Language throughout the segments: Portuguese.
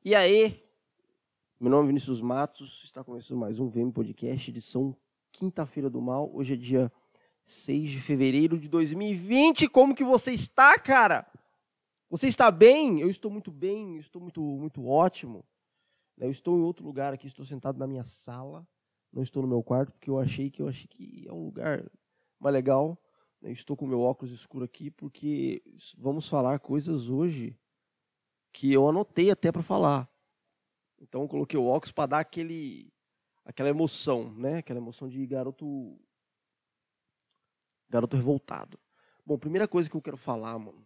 E aí, meu nome é Vinícius Matos, está começando mais um VM Podcast, edição Quinta-feira do Mal. Hoje é dia 6 de fevereiro de 2020. Como que você está, cara? Você está bem? Eu estou muito bem, eu estou muito ótimo. Eu estou em outro lugar aqui, estou sentado na minha sala. Não estou no meu quarto, porque eu achei que é um lugar mais legal. Eu estou com o meu óculos escuro aqui, porque vamos falar coisas hoje que eu anotei até para falar. Então eu coloquei o óculos para dar aquela emoção, né? Aquela emoção de garoto revoltado. Bom, primeira coisa que eu quero falar, mano,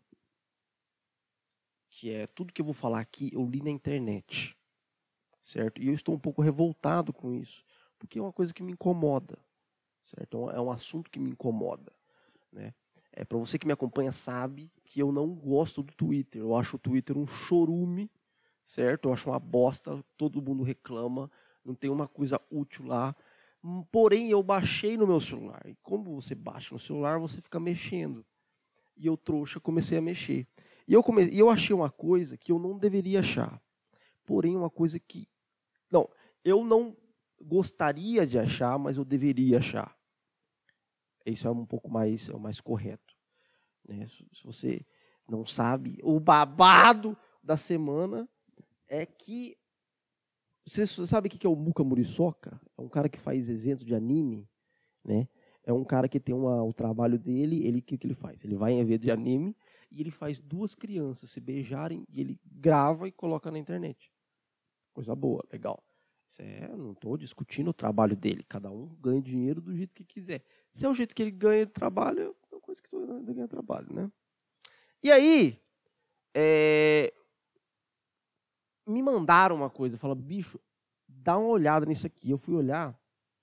que é tudo que eu vou falar aqui eu li na internet, certo? E eu estou um pouco revoltado com isso, porque é uma coisa que me incomoda, certo? É um assunto que me incomoda, né? Para você que me acompanha sabe que eu não gosto do Twitter. Eu acho o Twitter um chorume, certo? Eu acho uma bosta, todo mundo reclama, não tem uma coisa útil lá. Porém, eu baixei no meu celular. E como você baixa no celular, você fica mexendo. E eu, trouxa, comecei a mexer. E eu achei uma coisa que eu não deveria achar. Porém, uma coisa que... Não, eu não gostaria de achar, mas eu deveria achar. Isso é um pouco mais, é o mais correto. Né? Se você não sabe, o babado da semana é que... Você sabe o que é o Muka Muriçoka? É um cara que faz eventos de anime, né? É um cara que tem o trabalho dele, o que ele faz? Ele vai em evento de anime e ele faz duas crianças se beijarem e ele grava e coloca na internet. Coisa boa, legal. Não estou discutindo o trabalho dele. Cada um ganha dinheiro do jeito que quiser. Se é o jeito que ele ganha de trabalho, é uma coisa que todo mundo ganha trabalho, né? E aí, me mandaram uma coisa. Falaram, bicho, dá uma olhada nisso aqui. Eu fui olhar.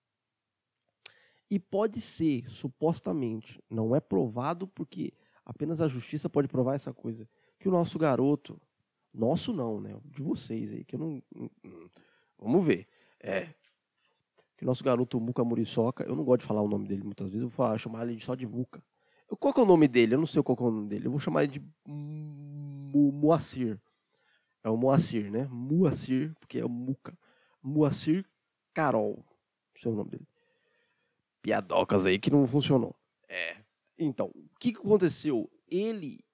E pode ser, supostamente, não é provado, porque apenas a justiça pode provar essa coisa, que o nosso garoto, nosso não, né? De vocês aí, que eu não... Vamos ver. Que o nosso garoto Muka Muriçoka, eu não gosto de falar o nome dele muitas vezes, eu vou chamar ele só de Muka. Qual que é o nome dele? Eu não sei qual que é o nome dele. Eu vou chamar ele de Moacir. É o Moacir, né? Moacir, porque é o Muka. Moacir Carol. Não sei o nome dele. Piadocas aí que não funcionou. Então, o que aconteceu? Ele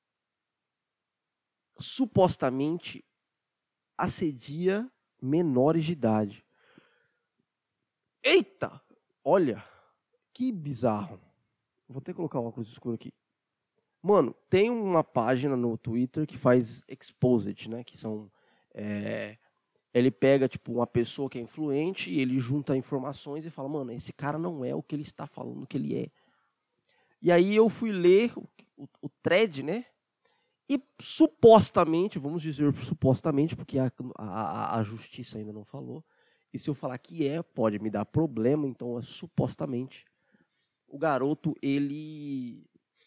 supostamente assedia menores de idade. Eita! Olha, que bizarro. Vou até colocar o óculos escuro aqui. Mano, tem uma página no Twitter que faz exposed, né? Que são... ele pega, tipo, uma pessoa que é influente e ele junta informações e fala, mano, esse cara não é o que ele está falando que ele é. E aí eu fui ler o thread, né? E supostamente, vamos dizer supostamente, porque a justiça ainda não falou, e se eu falar que pode me dar problema, então é supostamente. O garoto, ele...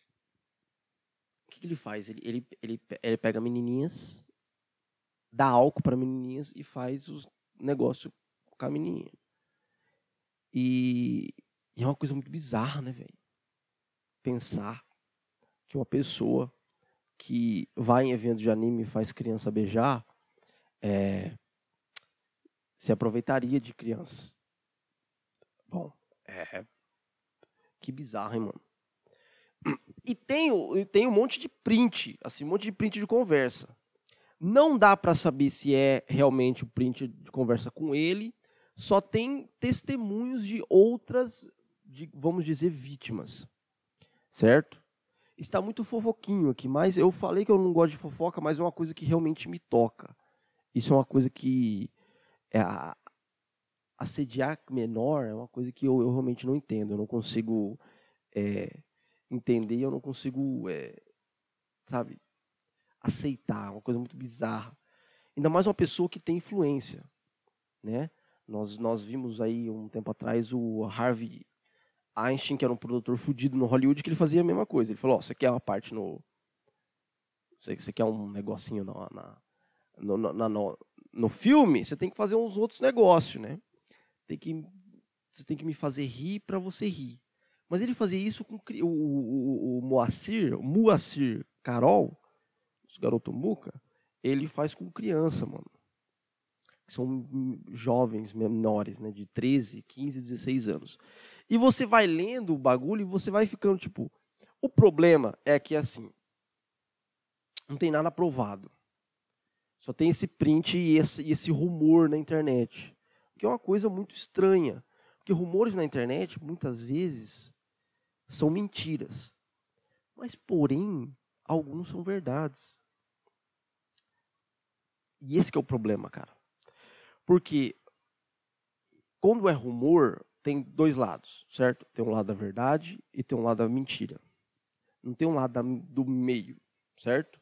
O que ele faz? Ele pega menininhas, dá álcool para menininhas e faz os negócios com a menininha. E é uma coisa muito bizarra, né, velho? Pensar que uma pessoa que vai em eventos de anime e faz criança beijar se aproveitaria de crianças. Bom, que bizarro, hein, mano? E tem um monte de print, assim, um monte de print de conversa. Não dá para saber se é realmente o print de conversa com ele, só tem testemunhos de outras, vamos dizer, vítimas. Certo? Está muito fofoquinho aqui, mas eu falei que eu não gosto de fofoca, mas é uma coisa que realmente me toca. Isso é uma coisa que... assediar menor é uma coisa que eu realmente não entendo. Eu não consigo entender, eu não consigo, sabe, aceitar. É uma coisa muito bizarra. Ainda mais uma pessoa que tem influência, né? Nós vimos aí um tempo atrás o Harvey Einstein, que era um produtor fudido no Hollywood, que ele fazia a mesma coisa. Ele falou, você quer uma parte no... Você quer um negocinho no filme? Você tem que fazer uns outros negócios, né? Você tem que me fazer rir para você rir. Mas ele fazia isso com o Moacir Carol, o garoto Muka, ele faz com criança, mano. que são jovens menores, né, de 13, 15, 16 anos. E você vai lendo o bagulho e você vai ficando, tipo... O problema é que, assim, não tem nada provado. Só tem esse print e esse rumor na internet. Que é uma coisa muito estranha. Porque rumores na internet, muitas vezes, são mentiras. Mas, porém, alguns são verdades. E esse que é o problema, cara. Porque quando é rumor, tem dois lados, certo? Tem um lado da verdade e tem um lado da mentira. Não tem um lado do meio, certo?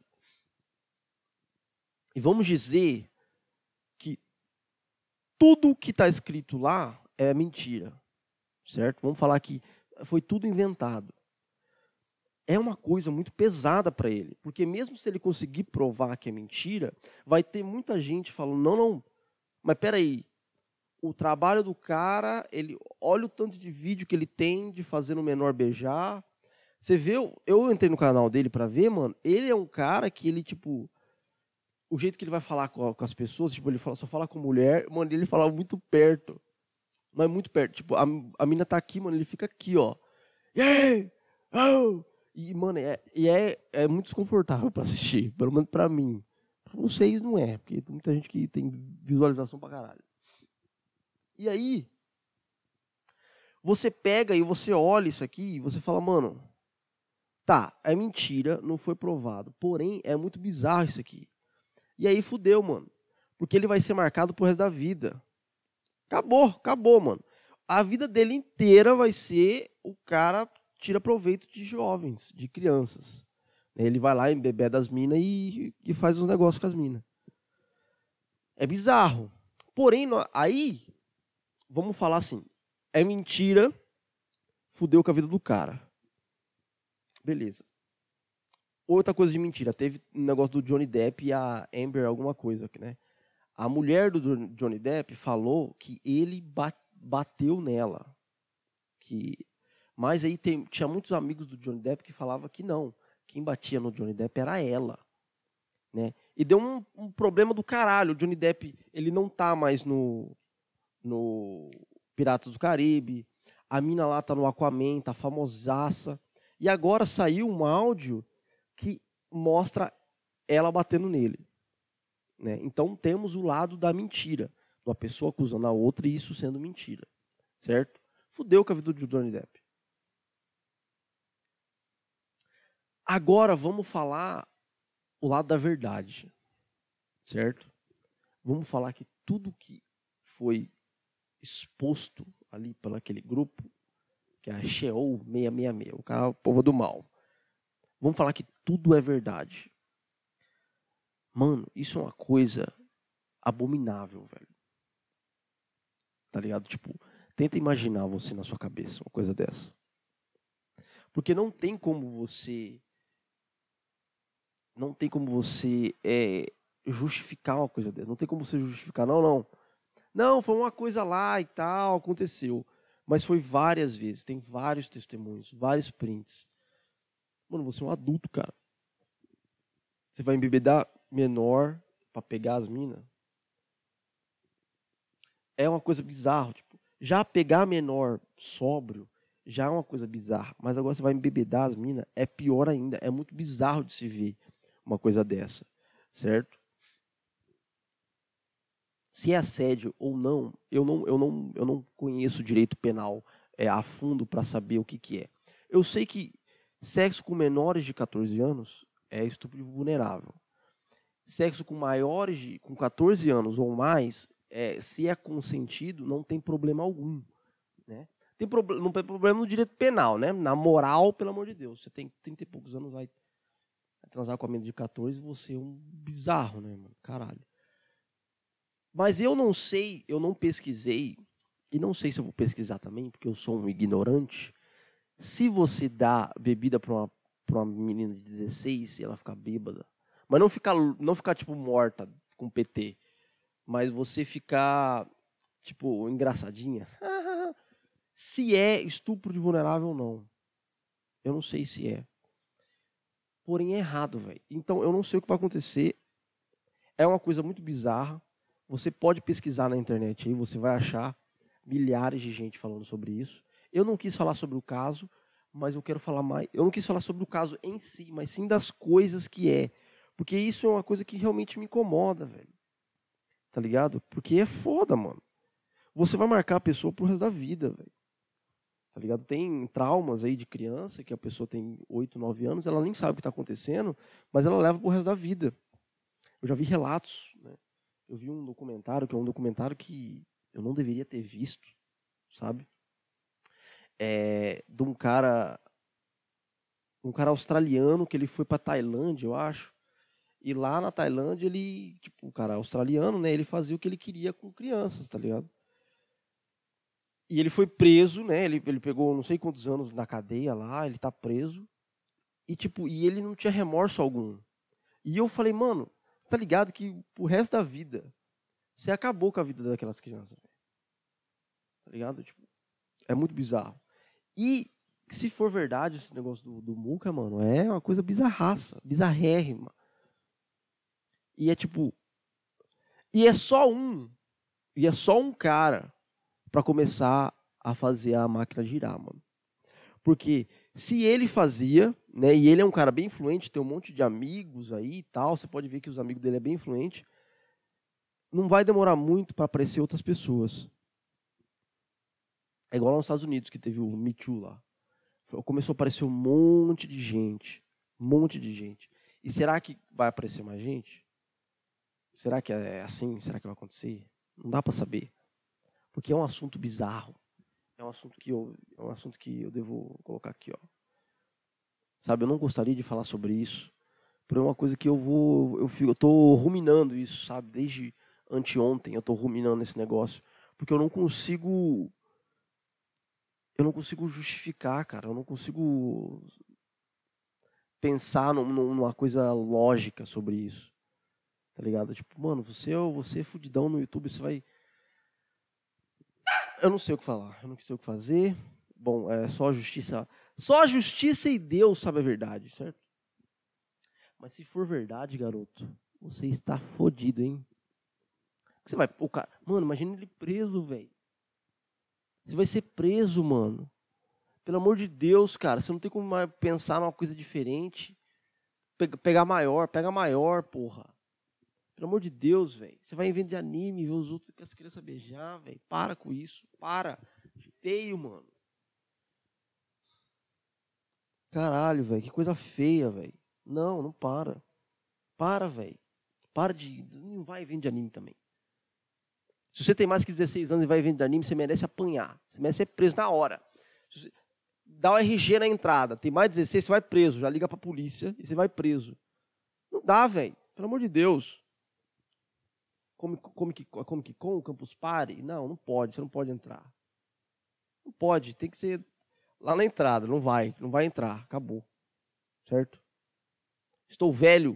E vamos dizer que tudo que está escrito lá é mentira, certo? Vamos falar que foi tudo inventado. É uma coisa muito pesada para ele, porque mesmo se ele conseguir provar que é mentira, vai ter muita gente falando, não, mas peraí, o trabalho do cara, ele olha o tanto de vídeo que ele tem de fazer o menor beijar. Você vê, eu entrei no canal dele para ver, mano, ele é um cara que ele, tipo, o jeito que ele vai falar com as pessoas, tipo, ele só fala com mulher, mano, ele fala muito perto, mas muito perto, tipo, a mina tá aqui, mano, ele fica aqui, ó, e aí, oh! E, mano, é muito desconfortável para assistir, pelo menos para mim. Pra vocês não é, porque tem muita gente que tem visualização pra caralho. E aí, você pega e você olha isso aqui e você fala, mano, tá, é mentira, não foi provado. Porém, é muito bizarro isso aqui. E aí fudeu, mano. Porque ele vai ser marcado pro resto da vida. Acabou, mano. A vida dele inteira vai ser o cara tira proveito de jovens, de crianças. Ele vai lá embebeda das minas e faz uns negócios com as minas. É bizarro. Porém, aí, vamos falar assim, é mentira, fudeu com a vida do cara. Beleza. Outra coisa de mentira, teve um negócio do Johnny Depp e a Amber alguma coisa, né? A mulher do Johnny Depp falou que ele bateu nela. Mas aí tinha muitos amigos do Johnny Depp que falavam que não. Quem batia no Johnny Depp era ela. Né? E deu um problema do caralho. O Johnny Depp, ele não tá mais no Piratas do Caribe. A mina lá tá no Aquaman, tá famosaça. E agora saiu um áudio que mostra ela batendo nele. Né? Então temos o lado da mentira. Uma pessoa acusando a outra e isso sendo mentira. Certo? Fudeu com a vida do Johnny Depp. Agora vamos falar o lado da verdade. Certo? Vamos falar que tudo que foi exposto ali pelo aquele grupo, que é a Sheol 666, o cara, o povo do mal. Vamos falar que tudo é verdade. Mano, isso é uma coisa abominável, velho. Tá ligado? Tipo, tenta imaginar você na sua cabeça uma coisa dessa. Porque não tem como você justificar uma coisa dessa. Não tem como você justificar, não. Não, foi uma coisa lá e tal, aconteceu. Mas foi várias vezes, tem vários testemunhos, vários prints. Mano, você é um adulto, cara. Você vai embebedar menor pra pegar as minas? É uma coisa bizarra. Tipo, já pegar menor sóbrio já é uma coisa bizarra. Mas agora você vai embebedar as minas, é pior ainda. É muito bizarro de se ver uma coisa dessa. Certo? Se é assédio ou não, eu não conheço direito penal a fundo para saber o que é. Eu sei que sexo com menores de 14 anos é estupro vulnerável. Sexo com maiores com 14 anos ou mais, se é consentido, não tem problema algum. Né? Não tem problema no direito penal, né? Na moral, pelo amor de Deus. Você tem 30 e poucos anos, vai transar com a menina de 14, você é um bizarro, né, mano? Caralho. Mas eu não sei, eu não pesquisei, e não sei se eu vou pesquisar também, porque eu sou um ignorante, se você dá bebida para uma menina de 16 e ela ficar bêbada, mas não ficar tipo morta com PT, mas você ficar tipo engraçadinha, se é estupro de vulnerável ou não. Eu não sei se é. Porém é errado, velho. Então eu não sei o que vai acontecer. É uma coisa muito bizarra. Você pode pesquisar na internet aí, você vai achar milhares de gente falando sobre isso. Eu não quis falar sobre o caso, mas eu quero falar mais. Eu não quis falar sobre o caso em si, mas sim das coisas que é. Porque isso é uma coisa que realmente me incomoda, velho. Tá ligado? Porque é foda, mano. Você vai marcar a pessoa pro resto da vida, velho. Tá ligado? Tem traumas aí de criança, que a pessoa tem 8, 9 anos, ela nem sabe o que tá acontecendo, mas ela leva pro resto da vida. Eu já vi relatos, né? Eu vi um documentário, que é um documentário que eu não deveria ter visto, sabe? De um cara australiano que ele foi pra Tailândia, eu acho. E lá na Tailândia ele, tipo, o cara australiano, né, ele fazia o que ele queria com crianças, tá ligado? E ele foi preso, né? Ele pegou não sei quantos anos na cadeia lá, ele tá preso. E tipo, e ele não tinha remorso algum. E eu falei, mano, você tá ligado que o resto da vida você acabou com a vida daquelas crianças, véio. Tá ligado? Tipo, é muito bizarro. E se for verdade esse negócio do Muca, mano, é uma coisa bizarraça, bizarrérrima. E é tipo, e é só um cara pra começar a fazer a máquina girar, mano. Porque se ele fazia, né, e ele é um cara bem influente, tem um monte de amigos aí e tal, você pode ver que os amigos dele é bem influente, não vai demorar muito para aparecer outras pessoas. É igual lá nos Estados Unidos, que teve o Me Too lá. Começou a aparecer um monte de gente. Um monte de gente. E será que vai aparecer mais gente? Será que é assim? Será que vai acontecer? Não dá para saber. Porque é um assunto bizarro. É um assunto que eu devo colocar aqui, ó. Sabe, eu não gostaria de falar sobre isso. Por uma coisa que eu tô ruminando isso, sabe? Desde anteontem eu tô ruminando esse negócio. Porque eu não consigo justificar, cara. Eu não consigo pensar numa coisa lógica sobre isso. Tá ligado? Tipo, mano, você é fudidão no YouTube, você vai... Eu não sei o que falar, eu não sei o que fazer. Bom, é só a justiça... Só a justiça e Deus sabe a verdade, certo? Mas se for verdade, garoto, você está fodido, hein? Você vai... O cara... Mano, imagina ele preso, velho. Você vai ser preso, mano. Pelo amor de Deus, cara, você não tem como pensar numa coisa diferente. Pega maior, porra. Pelo amor de Deus, velho. Você vai em evento de anime, ver os outros com as crianças beijar, velho. Para com isso. Para. Feio, mano. Caralho, velho. Que coisa feia, velho. Não, não para. Para, velho. Para de... Não vai em evento de anime também. Se você tem mais que 16 anos e vai em evento de anime, você merece apanhar. Você merece ser preso na hora. Se você... Dá o RG na entrada. Tem mais de 16, você vai preso. Já liga pra polícia e você vai preso. Não dá, velho. Pelo amor de Deus. Como que com o Campus Party? Não pode, você não pode entrar. Não pode, tem que ser lá na entrada, não vai entrar, acabou. Certo? Estou velho,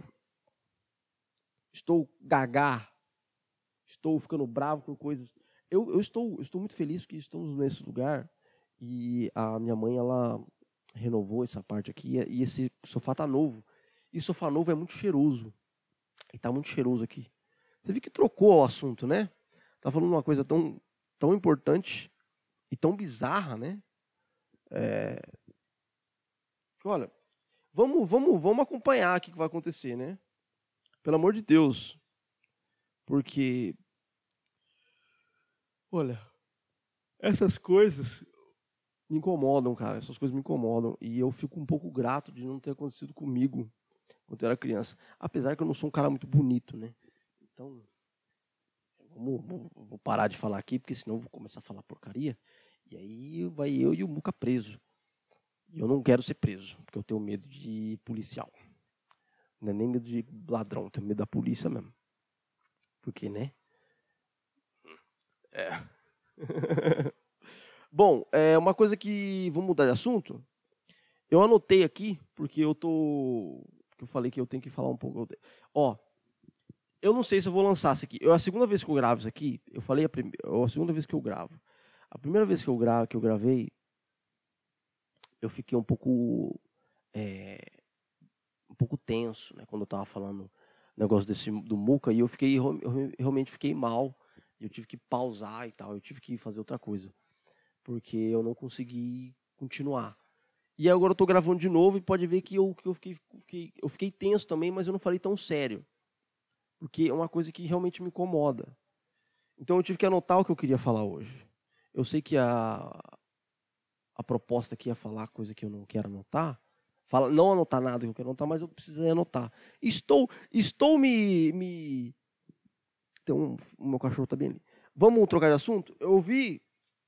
estou gagá, estou ficando bravo com coisas. Eu estou muito feliz porque estamos nesse lugar e a minha mãe, ela renovou essa parte aqui e esse sofá tá novo. E o sofá novo é muito cheiroso. E tá muito cheiroso aqui. Você viu que trocou o assunto, né? Tá falando uma coisa tão importante e tão bizarra, né? Olha, vamos acompanhar o que vai acontecer, né? Pelo amor de Deus. Porque, olha, essas coisas me incomodam, cara. Essas coisas me incomodam. E eu fico um pouco grato de não ter acontecido comigo quando eu era criança. Apesar que eu não sou um cara muito bonito, né? Então, vou parar de falar aqui, porque senão eu vou começar a falar porcaria. E aí vai eu e o Muca preso. E eu não quero ser preso, porque eu tenho medo de policial. Não é nem medo de ladrão, eu tenho medo da polícia mesmo. Porque, né? É. Bom, uma coisa que... Vamos mudar de assunto? Eu anotei aqui, porque eu falei que eu tenho que falar um pouco. Ó, eu não sei se eu vou lançar isso aqui. A segunda vez que eu gravo isso aqui, eu falei a segunda vez que eu gravo. A primeira vez que eu gravei, eu fiquei um pouco tenso, né, quando eu estava falando negócio do Muca, e eu realmente fiquei mal. Eu tive que pausar e tal, eu tive que fazer outra coisa. Porque eu não consegui continuar. E agora eu tô gravando de novo e pode ver que eu fiquei tenso também, mas eu não falei tão sério. Porque é uma coisa que realmente me incomoda. Então eu tive que anotar o que eu queria falar hoje. Eu sei que a proposta aqui é falar coisa que eu não quero anotar. Não anotar nada que eu quero anotar, mas eu precisei anotar. Estou o meu cachorro tá bem ali. Vamos trocar de assunto? Eu vi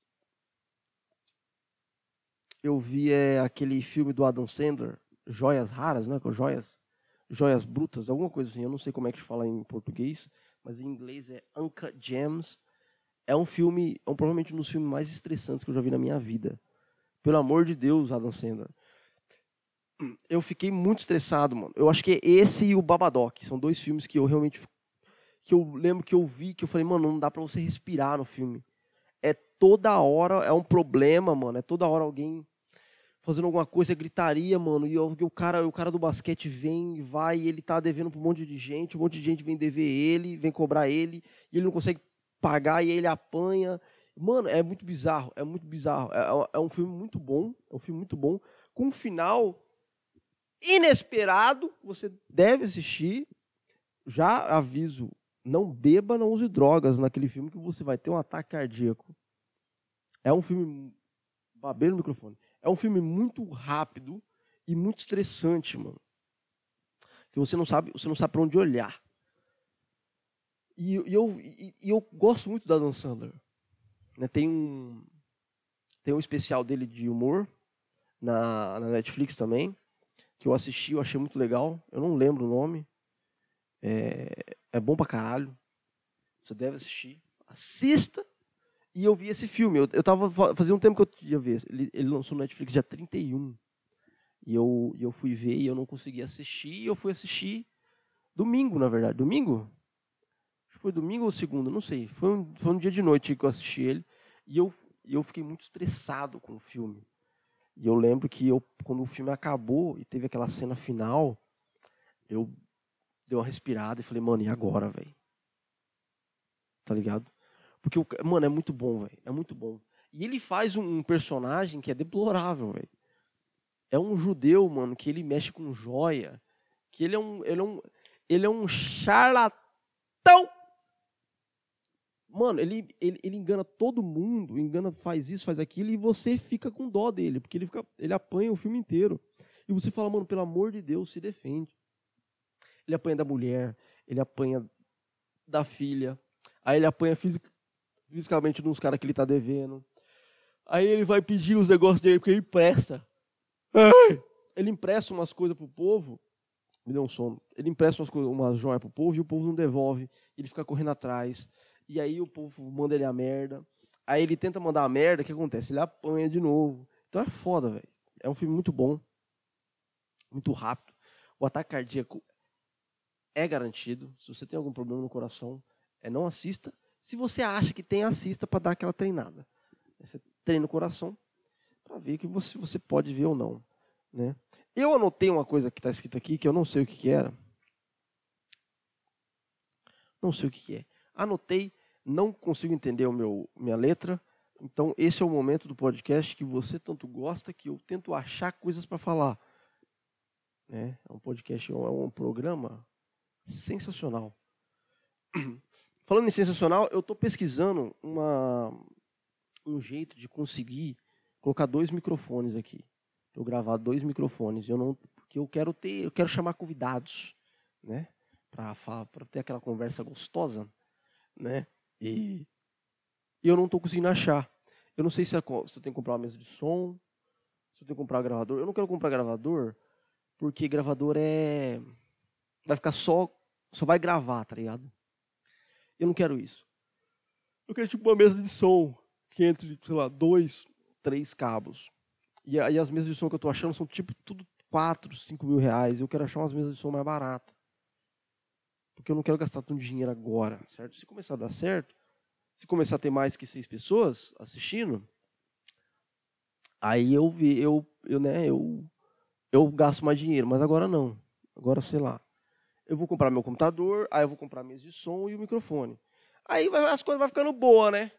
aquele filme do Adam Sandler, Joias Raras, né? Joias Brutas, alguma coisa assim. Eu não sei como é que fala em português, mas em inglês é Uncut Gems. É provavelmente um dos filmes mais estressantes que eu já vi na minha vida. Pelo amor de Deus, Adam Sandler. Eu fiquei muito estressado, mano. Eu acho que é esse e o Babadook. São dois filmes que eu realmente... que eu lembro que eu vi, que eu falei, mano, não dá pra você respirar no filme. É toda hora, é um problema, mano. É toda hora alguém fazendo alguma coisa, é gritaria, mano. E o cara do basquete vem e vai, e ele tá devendo pra um monte de gente vem dever ele, vem cobrar ele, e ele não consegue pagar, e aí ele apanha. Mano, é muito bizarro, é muito bizarro. É um filme muito bom, com um final inesperado, você deve assistir. Já aviso, não beba, não use drogas naquele filme que você vai ter um ataque cardíaco. É um filme... Babei no microfone. É um filme muito rápido e muito estressante, mano. Que você não sabe para onde olhar. E eu gosto muito da Adam Sandler. Né, tem um especial dele de humor na Netflix também, que eu assisti, eu achei muito legal. Eu não lembro o nome. É bom pra caralho. Você deve assistir. Assista. E eu vi esse filme. Fazia um tempo que eu ia ver. Ele lançou no Netflix dia 31. E eu fui ver e eu não consegui assistir. E eu fui assistir domingo, na verdade. Domingo? Acho que foi domingo ou segunda, não sei. Foi um dia de noite que eu assisti ele. E eu fiquei muito estressado com o filme. E eu lembro que quando o filme acabou e teve aquela cena final, eu dei uma respirada e falei, mano, e agora, velho? Tá ligado? Porque, mano, é muito bom, velho. É muito bom. E ele faz um personagem que é deplorável, velho. É um judeu, mano, que ele mexe com joia. Que ele é um charlatão. Mano, ele engana todo mundo, faz isso, faz aquilo, e você fica com dó dele, porque ele apanha o filme inteiro. E você fala, mano, pelo amor de Deus, se defende. Ele apanha da mulher, ele apanha da filha, aí ele apanha fisicamente de uns caras que ele tá devendo. Aí ele vai pedir os negócios dele, porque ele empresta. Ele empresta umas coisas pro povo, me deu um sono. Ele empresta umas joias pro povo e o povo não devolve. Ele fica correndo atrás. E aí o povo manda ele a merda. Aí ele tenta mandar a merda, o que acontece? Ele apanha de novo. Então é foda, velho. É um filme muito bom. Muito rápido. O ataque cardíaco é garantido. Se você tem algum problema no coração, não assista. Se você acha que tem, assista para dar aquela treinada. Você treina o coração para ver que você pode ver ou não. Né? Eu anotei uma coisa que está escrita aqui, que eu não sei o que era. Não sei o que é. Anotei, não consigo entender minha letra. Então, esse é o momento do podcast que você tanto gosta, que eu tento achar coisas para falar. Né? É um podcast, é um programa sensacional. Falando em sensacional, eu estou pesquisando um jeito de conseguir colocar 2 microfones aqui. Eu gravar 2 microfones. Porque eu quero chamar convidados, né? Para ter aquela conversa gostosa, né? E eu não estou conseguindo achar. Eu não sei se eu tenho que comprar uma mesa de som, se eu tenho que comprar um gravador. Eu não quero comprar gravador, porque gravador vai ficar só vai gravar, tá ligado? Eu não quero isso. Eu quero tipo uma mesa de som que entre, sei lá, 2, 3 cabos. E aí as mesas de som que eu tô achando são tipo tudo 4, 5 mil reais. Eu quero achar umas mesas de som mais baratas. Porque eu não quero gastar tanto dinheiro agora, certo? Se começar a dar certo, se começar a ter mais que 6 pessoas assistindo, aí eu gasto mais dinheiro. Mas agora não. Agora, sei lá. eu vou comprar meu computador, aí eu vou comprar a mesa de som e o microfone. Aí as coisas vão ficando boas, né?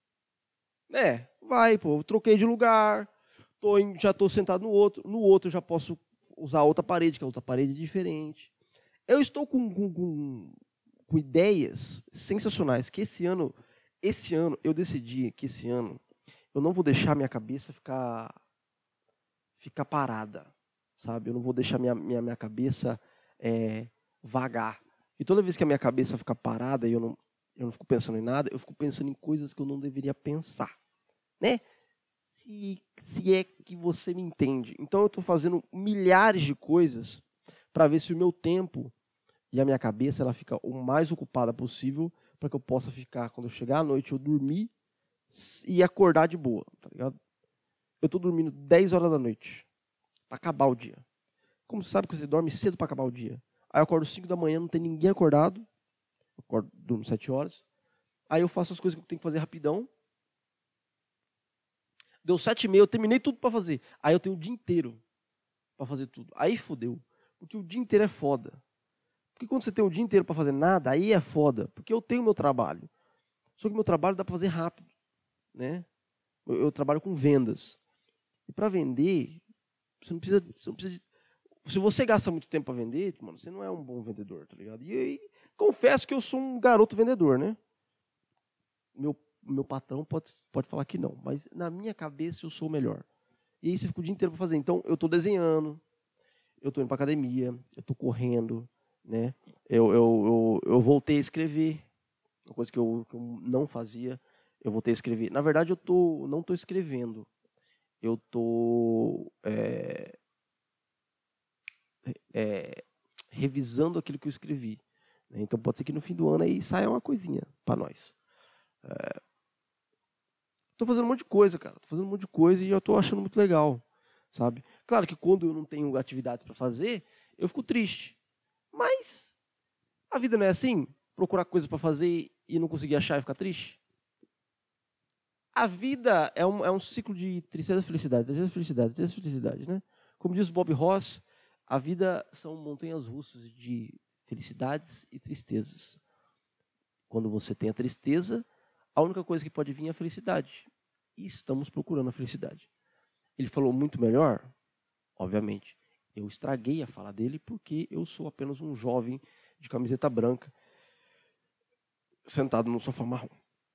Vai, pô, eu troquei de lugar, já estou sentado no outro eu já posso usar outra parede, que a outra parede é diferente. Eu estou com ideias sensacionais, que esse ano eu decidi que esse ano eu não vou deixar minha cabeça ficar parada, sabe? Eu não vou deixar minha cabeça vagar. E toda vez que a minha cabeça fica parada e eu não fico pensando em nada, eu fico pensando em coisas que eu não deveria pensar, né? Se é que você me entende. Então eu estou fazendo milhares de coisas para ver se o meu tempo e a minha cabeça ela fica o mais ocupada possível para que eu possa ficar, quando eu chegar à noite, eu dormir e acordar de boa, tá ligado? Eu estou dormindo 10 horas da noite para acabar o dia. Como você sabe que você dorme cedo para acabar o dia? Aí eu acordo 5 da manhã, não tem ninguém acordado. Eu acordo, durmo 7 horas. Aí eu faço as coisas que eu tenho que fazer rapidão. Deu 7h30, eu terminei tudo para fazer. Aí eu tenho o dia inteiro para fazer tudo. Aí fodeu. Porque o dia inteiro é foda. Porque quando você tem o dia inteiro para fazer nada, aí é foda. Porque eu tenho meu trabalho. Só que meu trabalho dá para fazer rápido, né? Eu trabalho com vendas. E para vender, você não precisa de... Se você gasta muito tempo para vender, mano, você não é um bom vendedor, tá ligado? E aí, confesso que eu sou um garoto vendedor, né? Meu patrão pode falar que não, mas na minha cabeça eu sou o melhor. E aí você fica o dia inteiro para fazer. Então, eu estou desenhando, eu estou indo para academia, eu estou correndo, né? Eu voltei a escrever, uma coisa que eu não fazia, eu voltei a escrever. Na verdade, não estou escrevendo, eu estou revisando aquilo que eu escrevi. Né? Então, pode ser que no fim do ano aí saia uma coisinha para nós. Tô fazendo um monte de coisa, cara. Tô fazendo um monte de coisa e eu tô achando muito legal, sabe? Claro que quando eu não tenho atividade para fazer, eu fico triste. Mas a vida não é assim? Procurar coisas para fazer e não conseguir achar e ficar triste? A vida é um ciclo de tristeza e felicidade, tristeza e felicidade, tristeza e felicidade, né? Como diz Bob Ross, a vida são montanhas russas de felicidades e tristezas. Quando você tem a tristeza, a única coisa que pode vir é a felicidade. E estamos procurando a felicidade. Ele falou muito melhor? Obviamente. Eu estraguei a fala dele porque eu sou apenas um jovem de camiseta branca sentado no sofá marrom.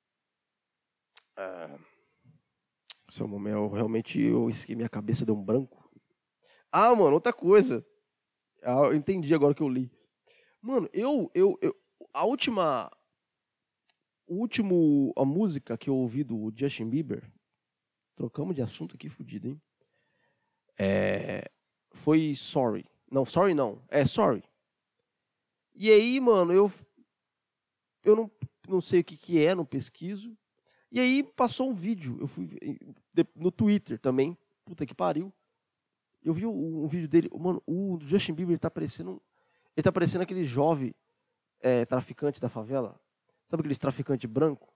Seu momento, realmente minha cabeça deu um branco. Mano, outra coisa. Eu entendi agora que eu li. Mano, a música que eu ouvi do Justin Bieber, trocamos de assunto aqui, fudido, hein? Foi Sorry. Não, Sorry não. Sorry. E aí, mano, eu não sei o que é, não pesquiso. E aí passou um vídeo, eu fui no Twitter também, puta que pariu. Eu vi um vídeo dele, mano, o Justin Bieber ele tá parecendo aquele jovem traficante da favela. Sabe aqueles traficante branco?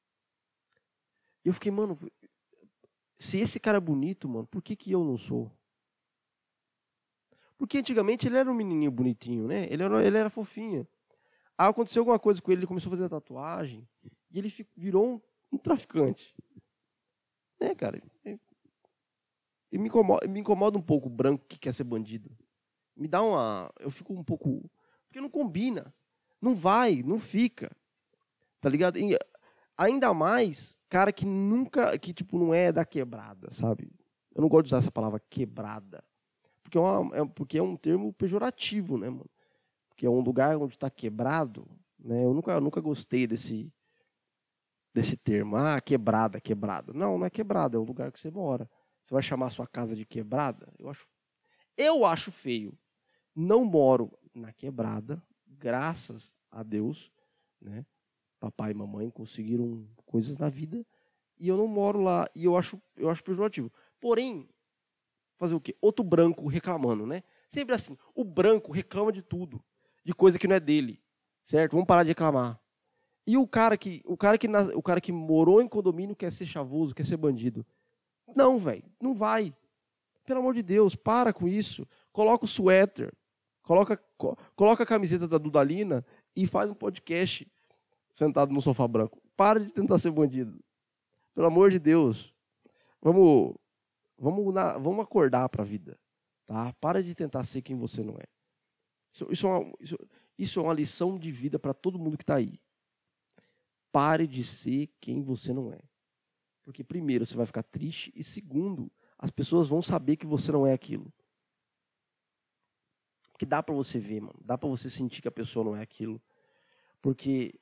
E eu fiquei, mano, se esse cara é bonito, mano, por que eu não sou? Porque antigamente ele era um menininho bonitinho, né? Ele era fofinho. Aí aconteceu alguma coisa com ele, ele começou a fazer tatuagem e ele virou um traficante. Né, cara? E me incomoda um pouco o branco que quer ser bandido. Eu fico um pouco... Porque não combina. Não vai, não fica. Tá ligado? E ainda mais, cara que tipo, não é da quebrada, sabe? Eu não gosto de usar essa palavra quebrada. Porque é um termo pejorativo, né, mano? Porque é um lugar onde está quebrado, né? Eu nunca gostei desse termo. Quebrada. Não é quebrada, é o lugar que você mora. Você vai chamar a sua casa de quebrada? Eu acho feio. Não moro na quebrada, graças a Deus, né? Papai e mamãe conseguiram coisas na vida e eu não moro lá e eu acho pejorativo. Porém, fazer o quê? Outro branco reclamando, né? Sempre assim, o branco reclama de tudo, de coisa que não é dele, certo? Vamos parar de reclamar. E o cara que morou em condomínio quer ser chavoso, quer ser bandido. Não, velho, não vai. Pelo amor de Deus, para com isso. Coloca o suéter, Coloca a camiseta da Dudalina e faz um podcast sentado no sofá branco. Para de tentar ser bandido. Pelo amor de Deus. Vamos acordar para a vida. Tá? Para de tentar ser quem você não é. Isso é uma lição de vida para todo mundo que está aí. Pare de ser quem você não é. Porque, primeiro, você vai ficar triste. E, segundo, as pessoas vão saber que você não é aquilo. Porque dá para você ver, mano. Dá para você sentir que a pessoa não é aquilo. Porque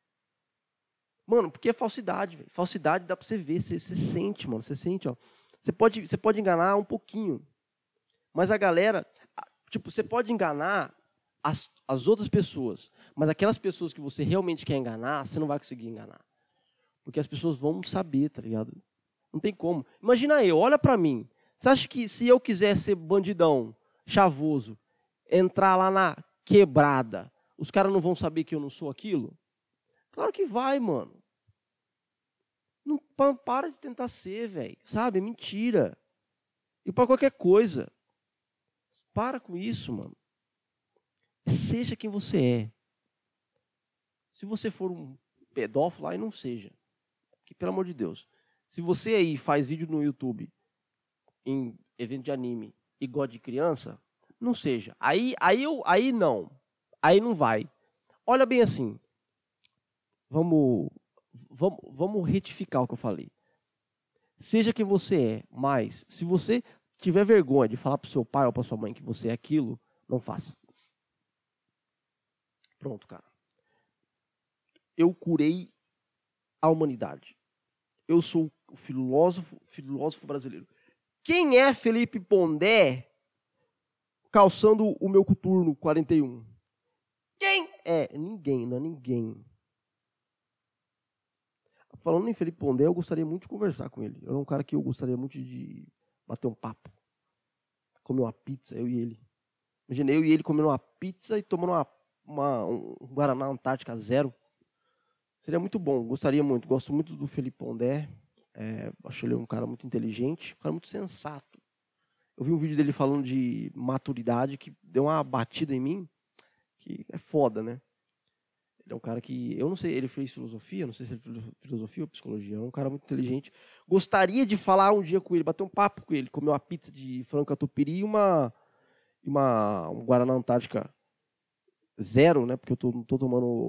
é falsidade, velho. Falsidade dá para você ver. Você sente, mano. Você sente, ó. Você pode enganar um pouquinho. Mas a galera... você pode enganar as outras pessoas. Mas aquelas pessoas que você realmente quer enganar, você não vai conseguir enganar. Porque as pessoas vão saber, tá ligado? Não tem como. Imagina olha pra mim. Você acha que se eu quiser ser bandidão, chavoso, entrar lá na quebrada, os caras não vão saber que eu não sou aquilo? Claro que vai, mano. Não para de tentar ser, velho. Sabe? É mentira. E pra qualquer coisa. Para com isso, mano. Seja quem você é. Se você for um pedófilo, aí não seja. Porque, pelo amor de Deus. Se você aí faz vídeo no YouTube, em evento de anime, e gosta de criança, não seja. Aí não. Aí não vai. Olha bem assim. Vamos retificar o que eu falei. Seja quem você é, mas se você tiver vergonha de falar pro seu pai ou pra sua mãe que você é aquilo, não faça. Pronto, cara. Eu curei a humanidade. Eu sou o filósofo brasileiro. Quem é Felipe Pondé calçando o meu coturno 41? Quem é? Ninguém, não é ninguém. Falando em Felipe Pondé, eu gostaria muito de conversar com ele. Eu é um cara que eu gostaria muito de bater um papo. Comer uma pizza, eu e ele. Imagina eu e ele comendo uma pizza e tomando um Guaraná Antártica 0. Seria muito bom, gostaria muito. Gosto muito do Felipe Pondé. Acho ele um cara muito inteligente, um cara muito sensato. Eu vi um vídeo dele falando de maturidade que deu uma batida em mim, que é foda, né? Ele é um cara que, eu não sei, ele fez filosofia, não sei se ele fez filosofia ou psicologia, é um cara muito inteligente. Gostaria de falar um dia com ele, bater um papo com ele, comer uma pizza de frango catupiry e um Guaraná Antártica 0, né? Porque eu não tô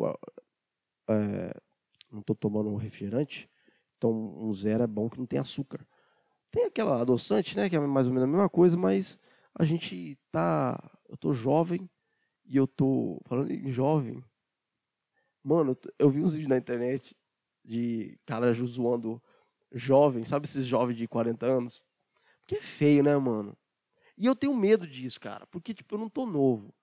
tomando refrigerante, então um 0 é bom que não tem açúcar. Tem aquela adoçante, né, que é mais ou menos a mesma coisa, mas a gente eu tô jovem e eu tô falando em jovem. Mano, eu vi uns vídeos na internet de cara zoando jovem, sabe esses jovens de 40 anos? Porque é feio, né, mano? E eu tenho medo disso, cara, porque tipo, eu não tô novo.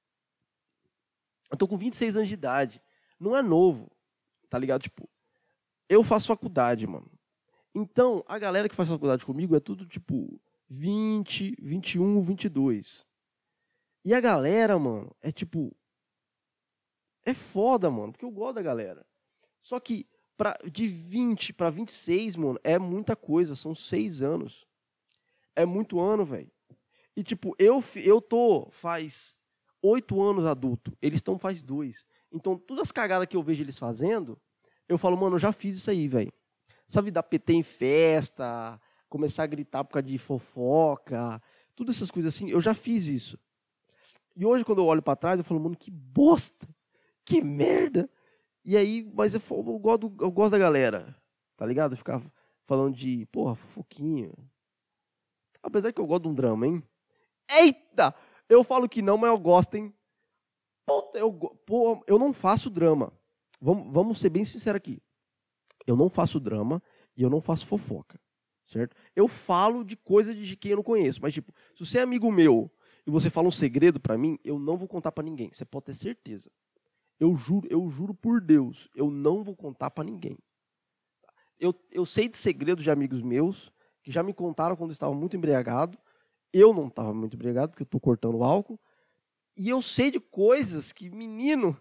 Eu tô com 26 anos de idade. Não é novo, tá ligado? Tipo, eu faço faculdade, mano. Então, a galera que faz faculdade comigo é tudo tipo 20, 21, 22. E a galera, mano, é tipo... É foda, mano, porque eu gosto da galera. Só que de 20 para 26, mano, é muita coisa. São 6 anos. É muito ano, velho. E tipo, eu tô faz 8 anos adulto. Eles estão faz 2. Então, todas as cagadas que eu vejo eles fazendo, eu falo, mano, eu já fiz isso aí, velho. Sabe, dar PT em festa, começar a gritar por causa de fofoca, todas essas coisas assim, eu já fiz isso. E hoje, quando eu olho pra trás, eu falo, mano, que bosta, que merda. E aí, mas eu gosto da galera, tá ligado? Ficar falando de, porra, fofoquinha. Apesar que eu gosto de um drama, hein? Eita! Eu falo que não, mas eu gosto, hein? Puta, eu não faço drama. Vamos ser bem sinceros aqui. Eu não faço drama e eu não faço fofoca, certo? Eu falo de coisa de quem eu não conheço, mas tipo, se você é amigo meu e você fala um segredo pra mim, eu não vou contar pra ninguém. Você pode ter certeza. Eu juro por Deus, eu não vou contar pra ninguém. Eu sei de segredos de amigos meus que já me contaram quando eu estava muito embriagado. Eu não estava muito embriagado porque eu tô cortando o álcool. E eu sei de coisas que, menino,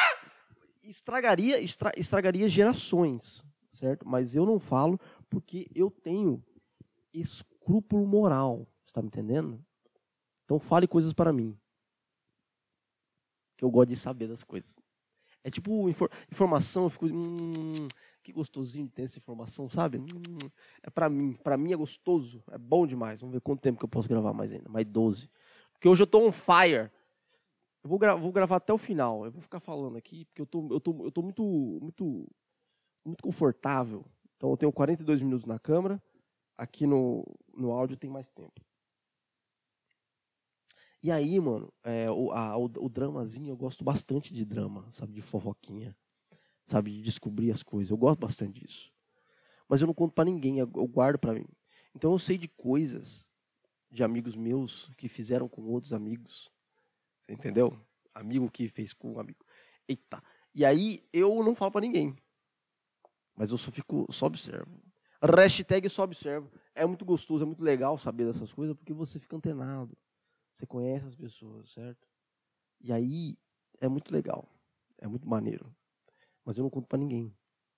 estragaria gerações, certo? Mas eu não falo porque eu tenho escrúpulo moral, está me entendendo? Então fale coisas para mim. que eu gosto de saber das coisas. É tipo informação, eu fico... que gostosinho de ter essa informação, sabe? É pra mim é gostoso, é bom demais. Vamos ver quanto tempo que eu posso gravar mais ainda, mais 12. Porque hoje eu tô on fire. Eu vou gravar até o final, eu vou ficar falando aqui, porque eu tô muito confortável. Então eu tenho 42 minutos na câmera, aqui no áudio tem mais tempo. E aí, mano, o dramazinho, eu gosto bastante de drama, sabe? De fofoquinha, sabe? De descobrir as coisas. Eu gosto bastante disso. Mas eu não conto pra ninguém, eu guardo pra mim. Então eu sei de coisas de amigos meus que fizeram com outros amigos. Você entendeu? Amigo que fez com um amigo. Eita. E aí eu não falo pra ninguém. Mas eu só observo. Hashtag só observo. É muito gostoso, é muito legal saber dessas coisas, porque você fica antenado. Você conhece as pessoas, certo? E aí é muito legal. É muito maneiro. Mas eu não conto pra ninguém.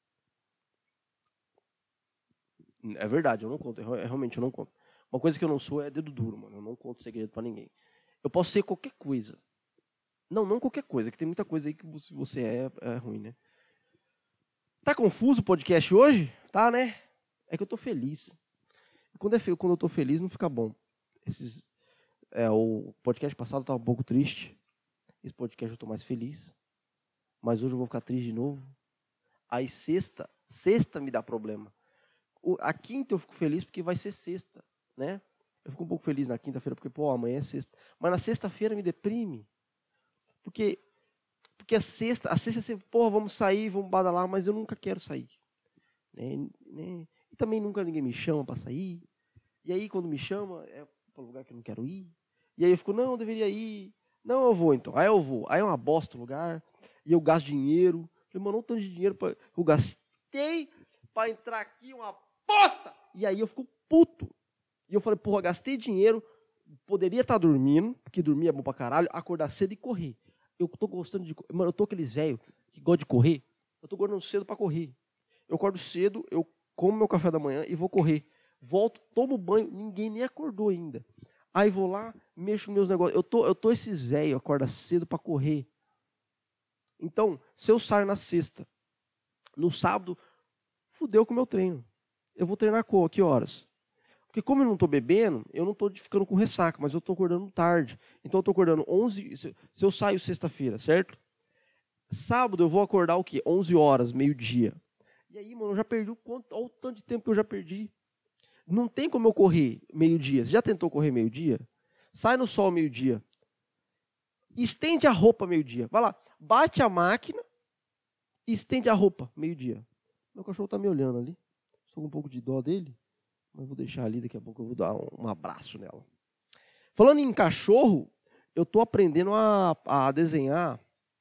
É verdade, eu não conto. Realmente eu não conto. Uma coisa que eu não sou é dedo duro, mano. Eu não conto segredo pra ninguém. Eu posso ser qualquer coisa. Não qualquer coisa, que tem muita coisa aí que você é ruim, né? Tá confuso o podcast hoje? Tá, né? É que eu tô feliz. Quando eu tô feliz, não fica bom. O podcast passado tava um pouco triste. Esse podcast eu tô mais feliz. Mas hoje eu vou ficar triste de novo. Aí sexta me dá problema. A quinta eu fico feliz porque vai ser sexta, né? Eu fico um pouco feliz na quinta-feira porque, pô, amanhã é sexta. Mas na sexta-feira me deprime. Porque a sexta é sempre, pô, vamos sair, vamos badalar, mas eu nunca quero sair. Né? E também nunca ninguém me chama para sair. E aí, quando me chama, é para um lugar que eu não quero ir. E aí eu fico, não, eu deveria ir. Não, eu vou então. Aí eu vou. Aí é uma bosta o lugar. E eu gasto dinheiro. Falei, mano, não tanto de dinheiro que eu gastei para entrar aqui, uma bosta! E aí eu fico puto. E eu falei, porra, gastei dinheiro, poderia estar dormindo, porque dormir é bom pra caralho, acordar cedo e correr. Eu tô gostando de... Mano, eu tô aqueles velhos que gostam de correr. Eu tô acordando cedo pra correr. Eu acordo cedo, eu como meu café da manhã e vou correr. Volto, tomo banho, ninguém nem acordou ainda. Aí vou lá, mexo nos meus negócios. Eu tô esses velhos, acorda cedo pra correr. Então, se eu saio na sexta, no sábado, fudeu com o meu treino. Eu vou treinar que horas? Porque como eu não estou bebendo, eu não estou ficando com ressaca, mas eu estou acordando tarde. Então eu estou acordando 11... Se eu saio sexta-feira, certo? Sábado eu vou acordar o quê? 11 horas, meio-dia. E aí, mano, eu já perdi olha o tanto de tempo que eu já perdi. Não tem como eu correr meio-dia. Você já tentou correr meio-dia? Sai no sol meio-dia. Estende a roupa meio-dia. Vai lá, bate a máquina e estende a roupa meio-dia. Meu cachorro está me olhando ali. Estou com um pouco de dó dele. Mas vou deixar ali, daqui a pouco eu vou dar um abraço nela. Falando em cachorro, eu estou aprendendo a desenhar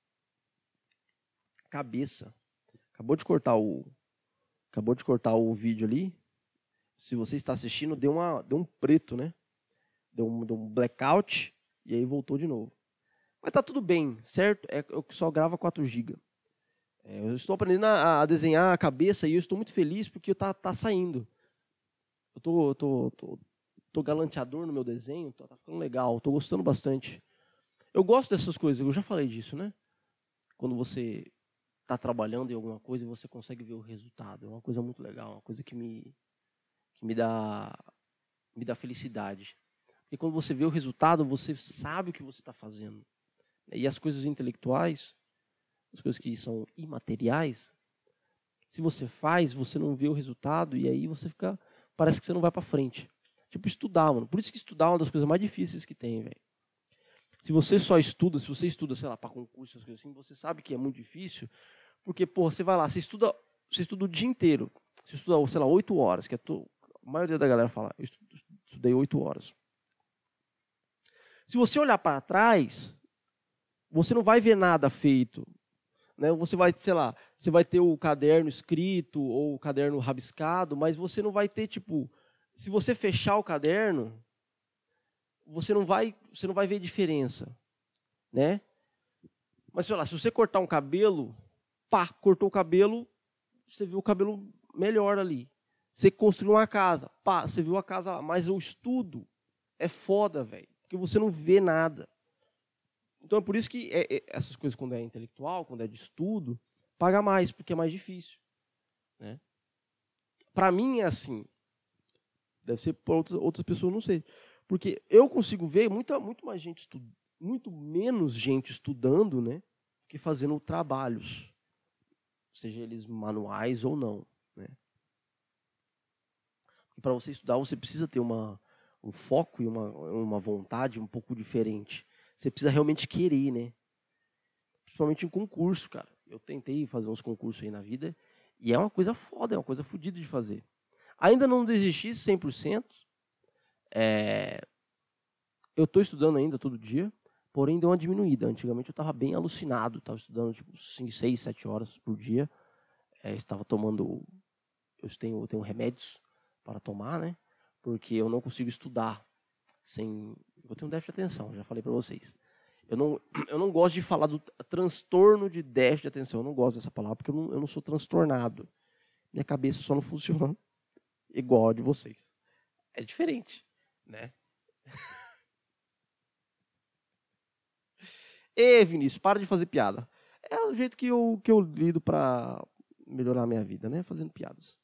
cabeça. Acabou de cortar o vídeo ali. Se você está assistindo, deu um preto, né? Deu um blackout e aí voltou de novo. Mas tá tudo bem, certo? Eu só gravo 4 GB. Eu estou aprendendo a desenhar a cabeça e eu estou muito feliz porque tá saindo. Eu tô galanteador no meu desenho, tá ficando legal, tô gostando bastante. Eu gosto dessas coisas, eu já falei disso, né? Quando você tá trabalhando em alguma coisa e você consegue ver o resultado, é uma coisa muito legal, uma coisa que me dá felicidade. Porque quando você vê o resultado, você sabe o que você está fazendo. E as coisas intelectuais, as coisas que são imateriais, se você faz, você não vê o resultado e aí você fica... Parece que você não vai para frente. Tipo, estudar, mano. Por isso que estudar é uma das coisas mais difíceis que tem, velho. Se você estuda, sei lá, para concurso, essas coisas assim, você sabe que é muito difícil, porque, porra, você vai lá, você estuda o dia inteiro. Você estuda, sei lá, 8 horas, que a maioria da galera fala, eu estudei 8 horas. Se você olhar para trás, você não vai ver nada feito. Né? Você vai, sei lá, você vai ter o caderno escrito ou o caderno rabiscado, mas você não vai ter, tipo, se você fechar o caderno, você não vai ver diferença, né? Mas, sei lá, se você cortar um cabelo, cortou o cabelo, você viu o cabelo melhor ali. Você construiu uma casa, você viu a casa lá. Mas o estudo é foda, velho, porque você não vê nada. Então é por isso que essas coisas, quando é intelectual, quando é de estudo, paga mais, porque é mais difícil. Né? Para mim é assim. Deve ser para outras pessoas, não sei. Porque eu consigo ver muito menos gente estudando, né, que fazendo trabalhos, seja eles manuais ou não. Né? Para você estudar, você precisa ter um foco e uma vontade um pouco diferente. Você precisa realmente querer, né? Principalmente em concurso, cara. Eu tentei fazer uns concursos aí na vida e é uma coisa foda, é uma coisa fodida de fazer. Ainda não desisti 100%. Eu estou estudando ainda todo dia, porém deu uma diminuída. Antigamente eu estava bem alucinado, estava estudando tipo 5, 6, 7 horas por dia. Estava tomando... Eu tenho remédios para tomar, né? Porque eu não consigo estudar sem... Eu tenho déficit de atenção, já falei para vocês. Eu não gosto de falar do transtorno de déficit de atenção. Eu não gosto dessa palavra porque eu não sou transtornado. Minha cabeça só não funciona igual a de vocês. É diferente, né? Ê, Vinícius, para de fazer piada. É o jeito que eu lido para melhorar a minha vida, né? Fazendo piadas.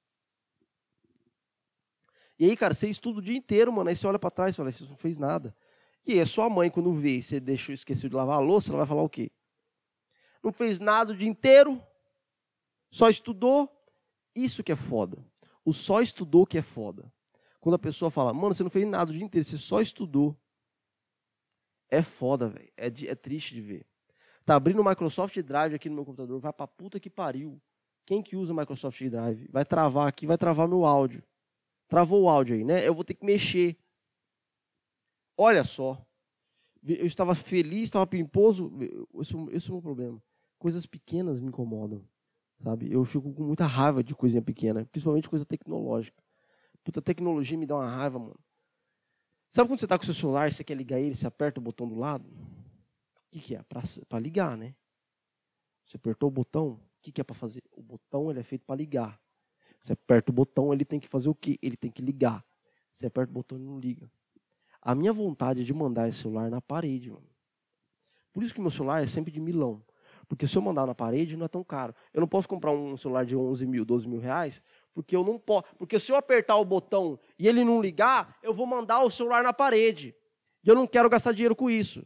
E aí, cara, você estuda o dia inteiro, mano. Aí você olha para trás e fala, você não fez nada. E aí, a sua mãe, quando vê, você esqueceu de lavar a louça, ela vai falar o quê? Não fez nada o dia inteiro, só estudou. Isso que é foda. O só estudou que é foda. Quando a pessoa fala, mano, você não fez nada o dia inteiro, você só estudou. É foda, velho. É triste de ver. Tá abrindo o Microsoft Drive aqui no meu computador, vai pra puta que pariu. Quem que usa o Microsoft Drive? Vai travar aqui, vai travar meu áudio. Travou o áudio aí, né? Eu vou ter que mexer. Olha só. Eu estava feliz, estava pimposo. Esse é o meu problema. Coisas pequenas me incomodam, sabe? Eu fico com muita raiva de coisinha pequena, principalmente coisa tecnológica. Puta, tecnologia me dá uma raiva, mano. Sabe quando você está com o seu celular e você quer ligar ele, você aperta o botão do lado? O que é? Para ligar, né? Você apertou o botão, o que é para fazer? O botão ele é feito para ligar. Você aperta o botão, ele tem que fazer o quê? Ele tem que ligar. Você aperta o botão, ele não liga. A minha vontade é de mandar esse celular na parede, mano. Por isso que meu celular é sempre de milão. Porque se eu mandar na parede, não é tão caro. Eu não posso comprar um celular de 11 mil, 12 mil reais, porque eu não posso. Porque se eu apertar o botão e ele não ligar, eu vou mandar o celular na parede. E eu não quero gastar dinheiro com isso.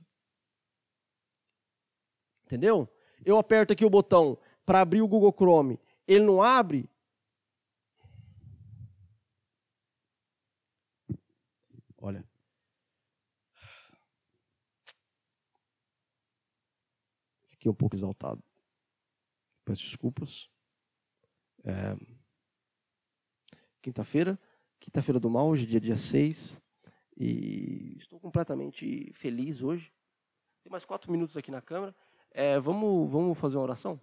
Entendeu? Eu aperto aqui o botão para abrir o Google Chrome, ele não abre. Olha. Fiquei um pouco exaltado. Peço desculpas. Quinta-feira do mal, hoje é dia 6. E estou completamente feliz hoje. Tem mais 4 minutos aqui na câmera. Vamos fazer uma oração?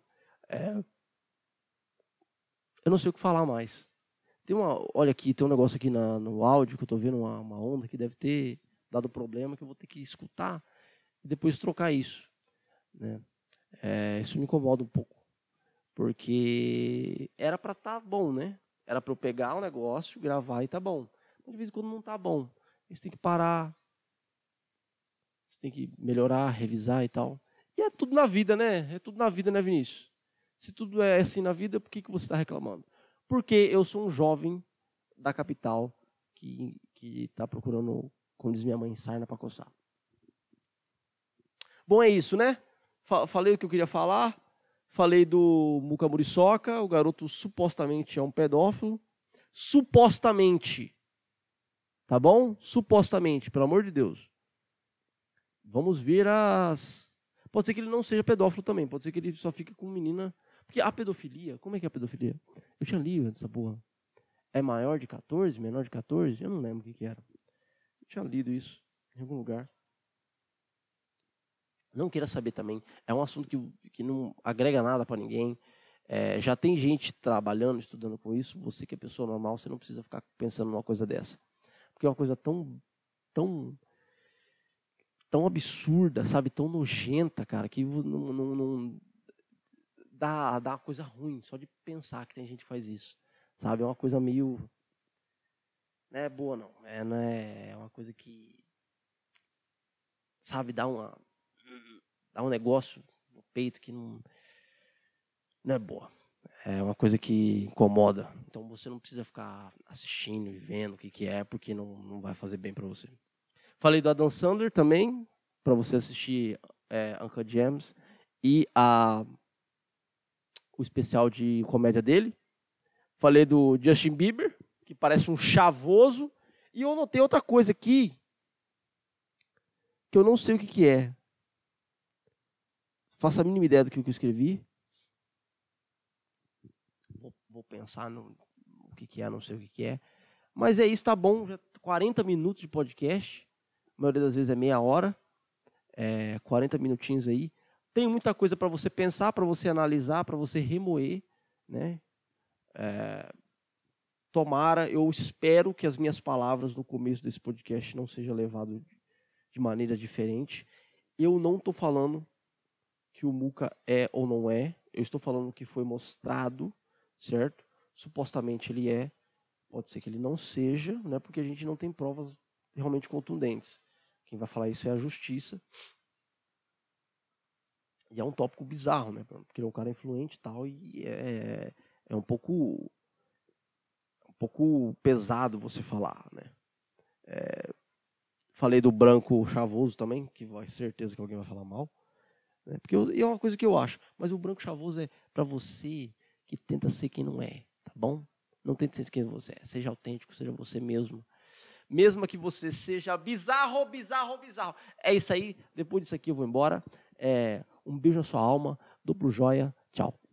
Eu não sei o que falar mais. Olha aqui, tem um negócio aqui no áudio que eu estou vendo uma onda que deve ter dado problema, que eu vou ter que escutar e depois trocar isso. Né? Isso me incomoda um pouco. Porque era para estar bom, né? Era para eu pegar o negócio, gravar e tá bom. Mas de vez em quando não tá bom. Você tem que parar. Você tem que melhorar, revisar e tal. E é tudo na vida, né? É tudo na vida, né, Vinícius? Se tudo é assim na vida, por que você está reclamando? Porque eu sou um jovem da capital que está procurando, como diz minha mãe, sarna para coçar. Bom, é isso, né? Falei o que eu queria falar. Falei do Muka Muriçoca. O garoto supostamente é um pedófilo. Supostamente. Tá bom? Supostamente, pelo amor de Deus. Vamos ver as... Pode ser que ele não seja pedófilo também. Pode ser que ele só fique com menina... Porque a pedofilia... Como é que é a pedofilia? Eu tinha lido essa porra. É maior de 14? Menor de 14? Eu não lembro o que era. Eu tinha lido isso em algum lugar. Não queira saber também. É um assunto que não agrega nada para ninguém. Já tem gente trabalhando, estudando com isso. Você que é pessoa normal, você não precisa ficar pensando numa coisa dessa. Porque é uma coisa tão absurda, sabe? Tão nojenta, cara, que não dá uma coisa ruim só de pensar que tem gente que faz isso. Sabe? É uma coisa meio... Não é boa, não. É uma coisa que... Sabe? Dá uma... Dá um negócio no peito que não é boa. É uma coisa que incomoda. Então você não precisa ficar assistindo e vendo o que é, porque não vai fazer bem para você. Falei do Adam Sandler também, para você assistir Uncut Gems e o especial de comédia dele. Falei do Justin Bieber, que parece um chavoso. E eu notei outra coisa aqui, que eu não sei o que é. Faço a mínima ideia do que eu escrevi. Vou pensar no que é, não sei o que é. Mas é isso, tá bom. Já 40 minutos de podcast. A maioria das vezes é meia hora. 40 minutinhos aí. Tem muita coisa para você pensar, para você analisar, para você remoer, né? Tomara, eu espero que as minhas palavras no começo desse podcast não sejam levadas de maneira diferente. Eu não estou falando que o Muca é ou não é. Eu estou falando que foi mostrado, certo? Supostamente ele é. Pode ser que ele não seja, né? Porque a gente não tem provas realmente contundentes. Quem vai falar isso é a justiça. E é um tópico bizarro, né? Porque ele é um cara influente e tal, e é um pouco pesado você falar, né? Falei do branco chavoso também, que vai certeza que alguém vai falar mal, né? Porque é uma coisa que eu acho, mas o branco chavoso é para você que tenta ser quem não é, tá bom? Não tente ser quem você é, seja autêntico, seja você mesmo. Mesmo que você seja bizarro. É isso aí, depois disso aqui eu vou embora. Um beijo na sua alma, duplo joia, tchau.